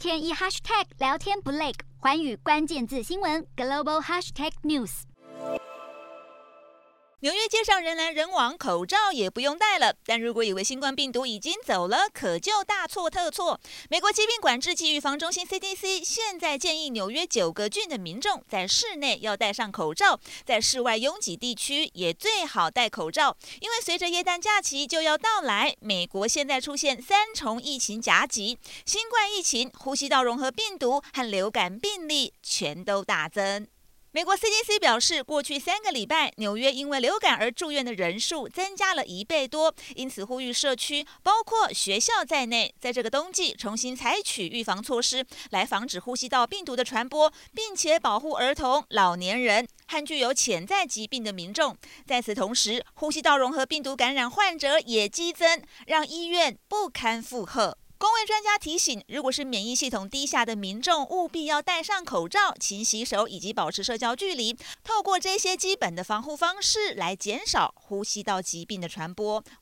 天一 hashtag 聊天不累，寰宇关键字新闻 global hashtag news。 纽约街上人来人往，口罩也不用戴了。但如果以为新冠病毒已经走了，可就大错特错。美国疾病管制及预防中心 CDC 现在建议纽约9个郡的民众在室内要戴上口罩，在室外拥挤地区也最好戴口罩。因为随着耶诞假期就要到来，美国现在出现3重疫情夹击，新冠疫情、呼吸道融合病毒和流感病例全都大增。美国 CDC 表示，过去3个礼拜，纽约因为流感而住院的人数增加了1倍多，因此呼吁社区，包括学校在内，在这个冬季重新采取预防措施，来防止呼吸道病毒的传播，并且保护儿童、老年人和具有潜在疾病的民众。在此同时，呼吸道融合病毒感染患者也激增，让医院不堪负荷。公卫专家提醒，如果是免疫系统低下的民众，务必要戴上口罩、勤洗手以及保持社交距离，透过这些基本的防护方式来减少呼吸道疾病的传播。